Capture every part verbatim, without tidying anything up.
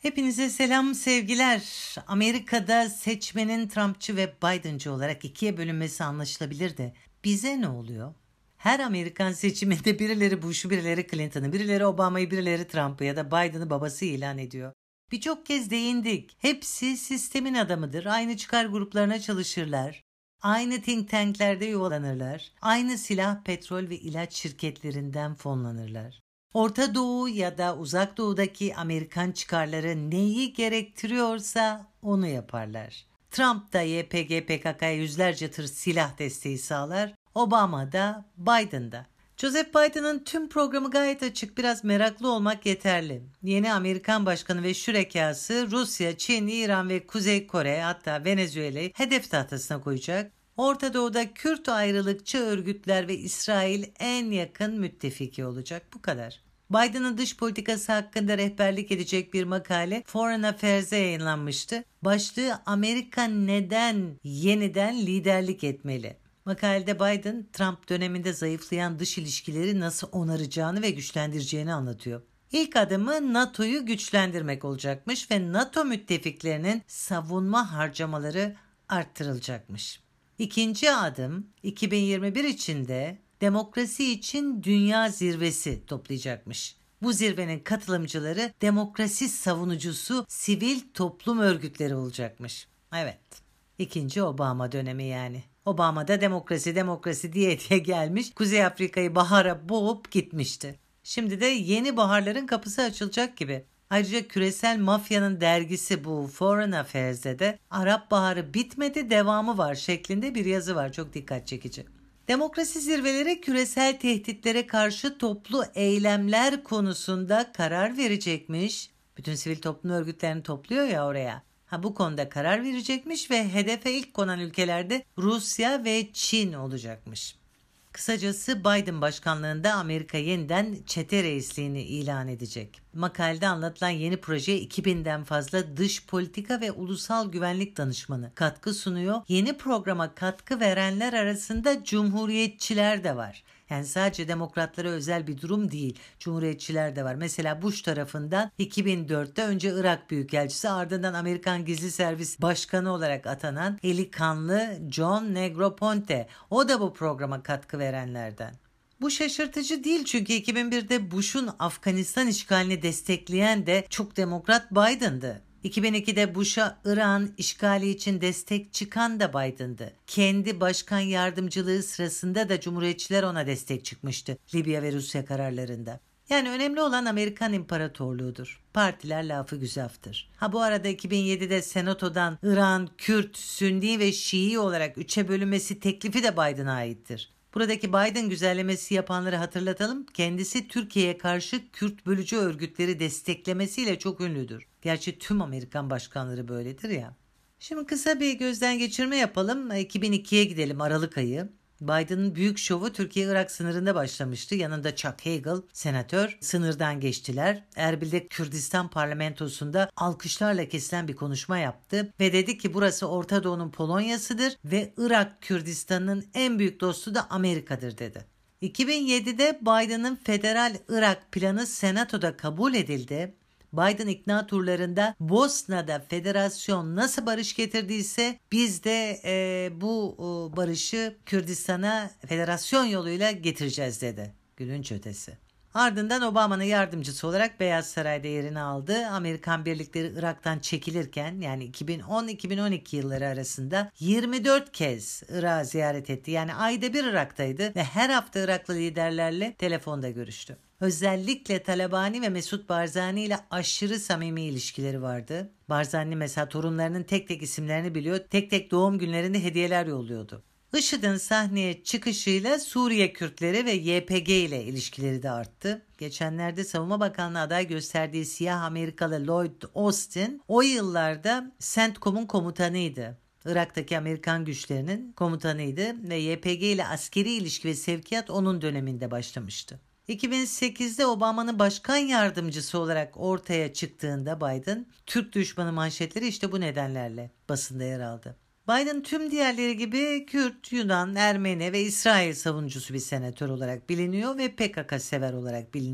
Hepinize selam, sevgiler. Amerika'da seçmenin Trumpçı ve Biden'cı olarak ikiye bölünmesi anlaşılabilir de bize ne oluyor? Her Amerikan seçiminde birileri Bush'u, birileri Clinton'ı, birileri Obama'yı, birileri Trump'ı ya da Biden'ı babası ilan ediyor. Birçok kez değindik. Hepsi sistemin adamıdır. Aynı çıkar gruplarına çalışırlar. Aynı think tanklerde yuvalanırlar. Aynı silah, petrol ve ilaç şirketlerinden fonlanırlar. Orta Doğu ya da Uzak Doğu'daki Amerikan çıkarları neyi gerektiriyorsa onu yaparlar. Trump da Y P G P K K'ya yüzlerce tır silah desteği sağlar, Obama da, Biden da. Joseph Biden'ın tüm programı gayet açık, biraz meraklı olmak yeterli. Yeni Amerikan başkanı ve şürekası Rusya, Çin, İran ve Kuzey Kore, hatta Venezuela'yı hedef tahtasına koyacak. Orta Doğu'da Kürt ayrılıkçı örgütler ve İsrail en yakın müttefiki olacak. Bu kadar. Biden'ın dış politikası hakkında rehberlik edecek bir makale Foreign Affairs'e yayınlanmıştı. Başlığı Amerika neden yeniden liderlik etmeli? Makalede Biden, Trump döneminde zayıflayan dış ilişkileri nasıl onaracağını ve güçlendireceğini anlatıyor. İlk adımı NATO'yu güçlendirmek olacakmış ve NATO müttefiklerinin savunma harcamaları arttırılacakmış. İkinci adım iki bin yirmi bir içinde demokrasi için dünya zirvesi toplayacakmış. Bu zirvenin katılımcıları demokrasi savunucusu sivil toplum örgütleri olacakmış. Evet, ikinci Obama dönemi yani. Obama da demokrasi demokrasi diye diye gelmiş, Kuzey Afrika'yı bahara boğup gitmişti. Şimdi de yeni baharların kapısı açılacak gibi. Ayrıca küresel mafyanın dergisi bu Foreign Affairs'de de Arap Baharı bitmedi, devamı var şeklinde bir yazı var, çok dikkat çekici. Demokrasi zirveleri küresel tehditlere karşı toplu eylemler konusunda karar verecekmiş. Bütün sivil toplum örgütlerini topluyor ya oraya. Ha, bu konuda karar verecekmiş ve hedefe ilk konan ülkelerde Rusya ve Çin olacakmış. Kısacası Biden başkanlığında Amerika yeniden çete reisliğini ilan edecek. Makalede anlatılan yeni projeye iki binden fazla dış politika ve ulusal güvenlik danışmanı katkı sunuyor. Yeni programa katkı verenler arasında cumhuriyetçiler de var. Yani sadece demokratlara özel bir durum değil. Cumhuriyetçiler de var. Mesela Bush tarafından iki bin dörtte önce Irak Büyükelçisi, ardından Amerikan Gizli Servis Başkanı olarak atanan eli kanlı John Negroponte. O da bu programa katkı verenlerden. Bu şaşırtıcı değil çünkü iki bin birde Bush'un Afganistan işgalini destekleyen de çok demokrat Biden'dı. iki bin ikide Bush'a İran işgali için destek çıkan da Biden'dı. Kendi başkan yardımcılığı sırasında da Cumhuriyetçiler ona destek çıkmıştı Libya ve Rusya kararlarında. Yani önemli olan Amerikan İmparatorluğu'dur. Partiler lafı güzaftır. Ha bu arada iki bin yedide Senato'dan İran, Kürt, Sünni ve Şii olarak üçe bölünmesi teklifi de Biden'a aittir. Buradaki Biden güzellemesi yapanları hatırlatalım. Kendisi Türkiye'ye karşı Kürt bölücü örgütleri desteklemesiyle çok ünlüdür. Gerçi tüm Amerikan başkanları böyledir ya. Şimdi kısa bir gözden geçirme yapalım. iki bin ikiye gidelim, Aralık ayı. Biden'ın büyük şovu Türkiye-Irak sınırında başlamıştı. Yanında Chuck Hagel, senatör, sınırdan geçtiler. Erbil'de Kürdistan parlamentosunda alkışlarla kesilen bir konuşma yaptı ve dedi ki burası Orta Doğu'nun Polonya'sıdır ve Irak Kürdistan'ın en büyük dostu da Amerika'dır dedi. iki bin yedide Biden'ın federal Irak planı Senato'da kabul edildi. Biden ikna turlarında Bosna'da federasyon nasıl barış getirdiyse biz de e, bu e, barışı Kürdistan'a federasyon yoluyla getireceğiz dedi. Gülünç ötesi. Ardından Obama'nın yardımcısı olarak Beyaz Saray'da yerini aldı. Amerikan birlikleri Irak'tan çekilirken yani iki bin on iki bin on iki yılları arasında yirmi dört kez Irak'ı ziyaret etti. Yani ayda bir Irak'taydı ve her hafta Iraklı liderlerle telefonda görüştü. Özellikle Talabani ve Mesut Barzani ile aşırı samimi ilişkileri vardı. Barzani mesela torunlarının tek tek isimlerini biliyor, tek tek doğum günlerinde hediyeler yolluyordu. IŞİD'in sahneye çıkışıyla Suriye Kürtleri ve Y P G ile ilişkileri de arttı. Geçenlerde Savunma Bakanlığı aday gösterdiği siyah Amerikalı Lloyd Austin o yıllarda CENTCOM'un komutanıydı. Irak'taki Amerikan güçlerinin komutanıydı ve Y P G ile askeri ilişki ve sevkiyat onun döneminde başlamıştı. iki bin sekizde Obama'nın başkan yardımcısı olarak ortaya çıktığında Biden, Türk düşmanı manşetleri işte bu nedenlerle basında yer aldı. Biden tüm diğerleri gibi Kürt, Yunan, Ermeni ve İsrail savunucusu bir senatör olarak biliniyor ve P K K sever olarak biliniyor.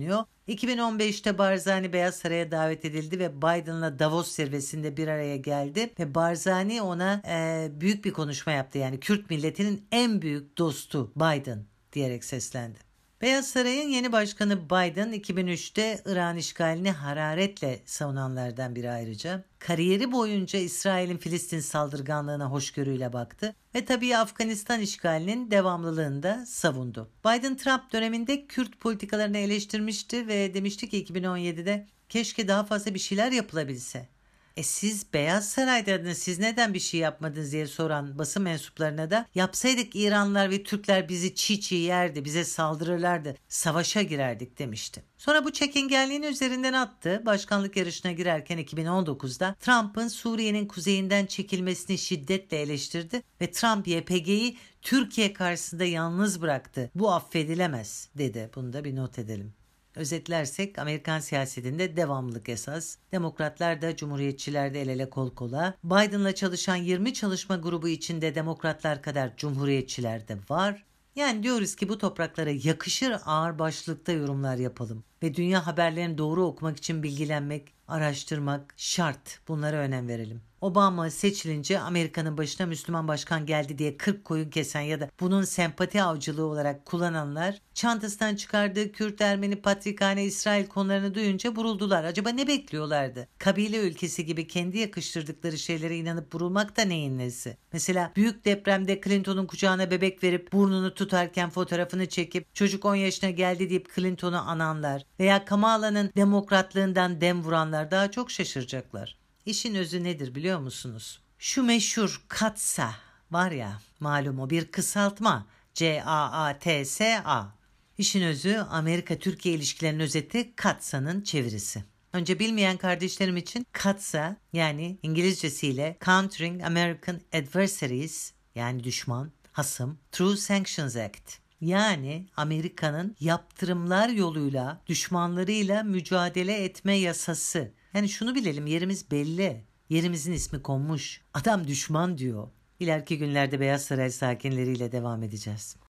iki bin on beşte Barzani Beyaz Saray'a davet edildi ve Biden'la Davos zirvesinde bir araya geldi ve Barzani ona e, büyük bir konuşma yaptı. Yani Kürt milletinin en büyük dostu Biden diyerek seslendi. Beyaz Saray'ın yeni başkanı Biden iki bin üçte İran işgalini hararetle savunanlardan biri ayrıca. Kariyeri boyunca İsrail'in Filistin saldırganlığına hoşgörüyle baktı ve tabii Afganistan işgalinin devamlılığını da savundu. Biden Trump döneminde Kürt politikalarını eleştirmişti ve demişti ki iki bin on yedide keşke daha fazla bir şeyler yapılabilse. E siz Beyaz Saray'daydınız, siz neden bir şey yapmadınız diye soran basın mensuplarına da yapsaydık İranlılar ve Türkler bizi çiğ çiğ yerdi, bize saldırırlardı, savaşa girerdik demişti. Sonra bu çekingenliğini üzerinden attı. Başkanlık yarışına girerken iki bin on dokuzda Trump'ın Suriye'nin kuzeyinden çekilmesini şiddetle eleştirdi ve Trump Y P G'yi Türkiye karşısında yalnız bıraktı. Bu affedilemez dedi. Bunu da bir not edelim. Özetlersek Amerikan siyasetinde devamlılık esas. Demokratlar da Cumhuriyetçiler de el ele kol kola. Biden'la çalışan yirmi çalışma grubu içinde Demokratlar kadar Cumhuriyetçiler de var. Yani diyoruz ki bu topraklara yakışır ağırbaşlılıkta yorumlar yapalım. Ve dünya haberlerini doğru okumak için bilgilenmek, araştırmak şart. Bunlara önem verelim. Obama seçilince Amerika'nın başına Müslüman başkan geldi diye kırk koyun kesen ya da bunun sempati avcılığı olarak kullananlar çantasından çıkardığı Kürt, Ermeni, Patrikhane, İsrail konularını duyunca buruldular. Acaba ne bekliyorlardı? Kabile ülkesi gibi kendi yakıştırdıkları şeylere inanıp burulmak da neyin nesi? Mesela büyük depremde Clinton'un kucağına bebek verip burnunu tutarken fotoğrafını çekip çocuk on yaşına geldi deyip Clinton'u ananlar veya Kamala'nın demokratlığından dem vuranlar daha çok şaşıracaklar. İşin özü nedir biliyor musunuz? Şu meşhur katsa var ya, malum o bir kısaltma. C A A T S A. İşin özü Amerika-Türkiye ilişkilerinin özeti katsa'nın çevirisi. Önce bilmeyen kardeşlerim için katsa yani İngilizcesiyle Countering American Adversaries yani düşman, hasım, Through Sanctions Act. Yani Amerika'nın yaptırımlar yoluyla düşmanlarıyla mücadele etme yasası. Yani şunu bilelim, yerimiz belli. Yerimizin ismi konmuş. Adam düşman diyor. İleriki günlerde Beyaz Saray sakinleriyle devam edeceğiz.